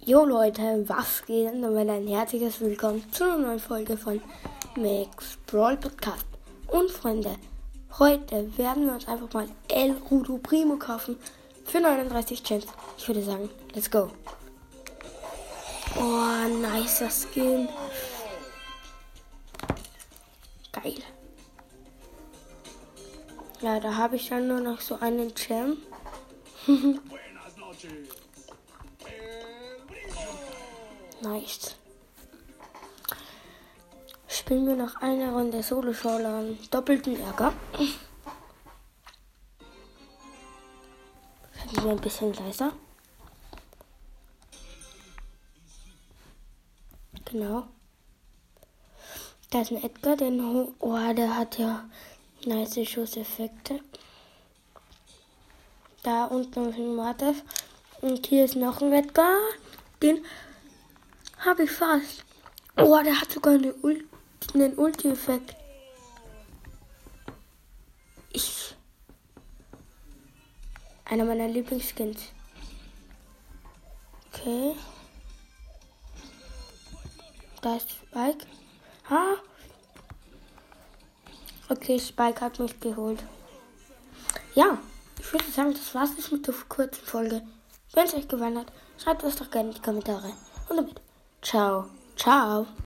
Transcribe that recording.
Jo Leute, was geht? Und damit ein herzliches Willkommen zu einer neuen Folge von Max Brawl Podcast. Und Freunde, heute werden wir uns einfach mal El Rudo Primo kaufen für 39 Gems. Ich würde sagen, let's go. Oh, nicer Skin. Geil. Ja, da habe ich dann nur noch so einen Gem. Nice. Spielen wir noch eine Runde Solo-Showdown doppelten Ärger. Schalten wir ein bisschen leiser. Genau. Da ist ein Edgar, der hat ja nice Schusseffekte. Da unten ist ein Mortis. Und hier ist noch ein Edgar. Den habe ich fast. Oh, der hat sogar einen Ulti-Effekt. Einer meiner Lieblingsskins. Okay. Da ist Spike. Okay, Spike hat mich geholt. Ja, ich würde sagen, das war's jetzt mit der kurzen Folge. Wenn es euch gefallen hat, schreibt es doch gerne in die Kommentare. Und damit, ciao, ciao.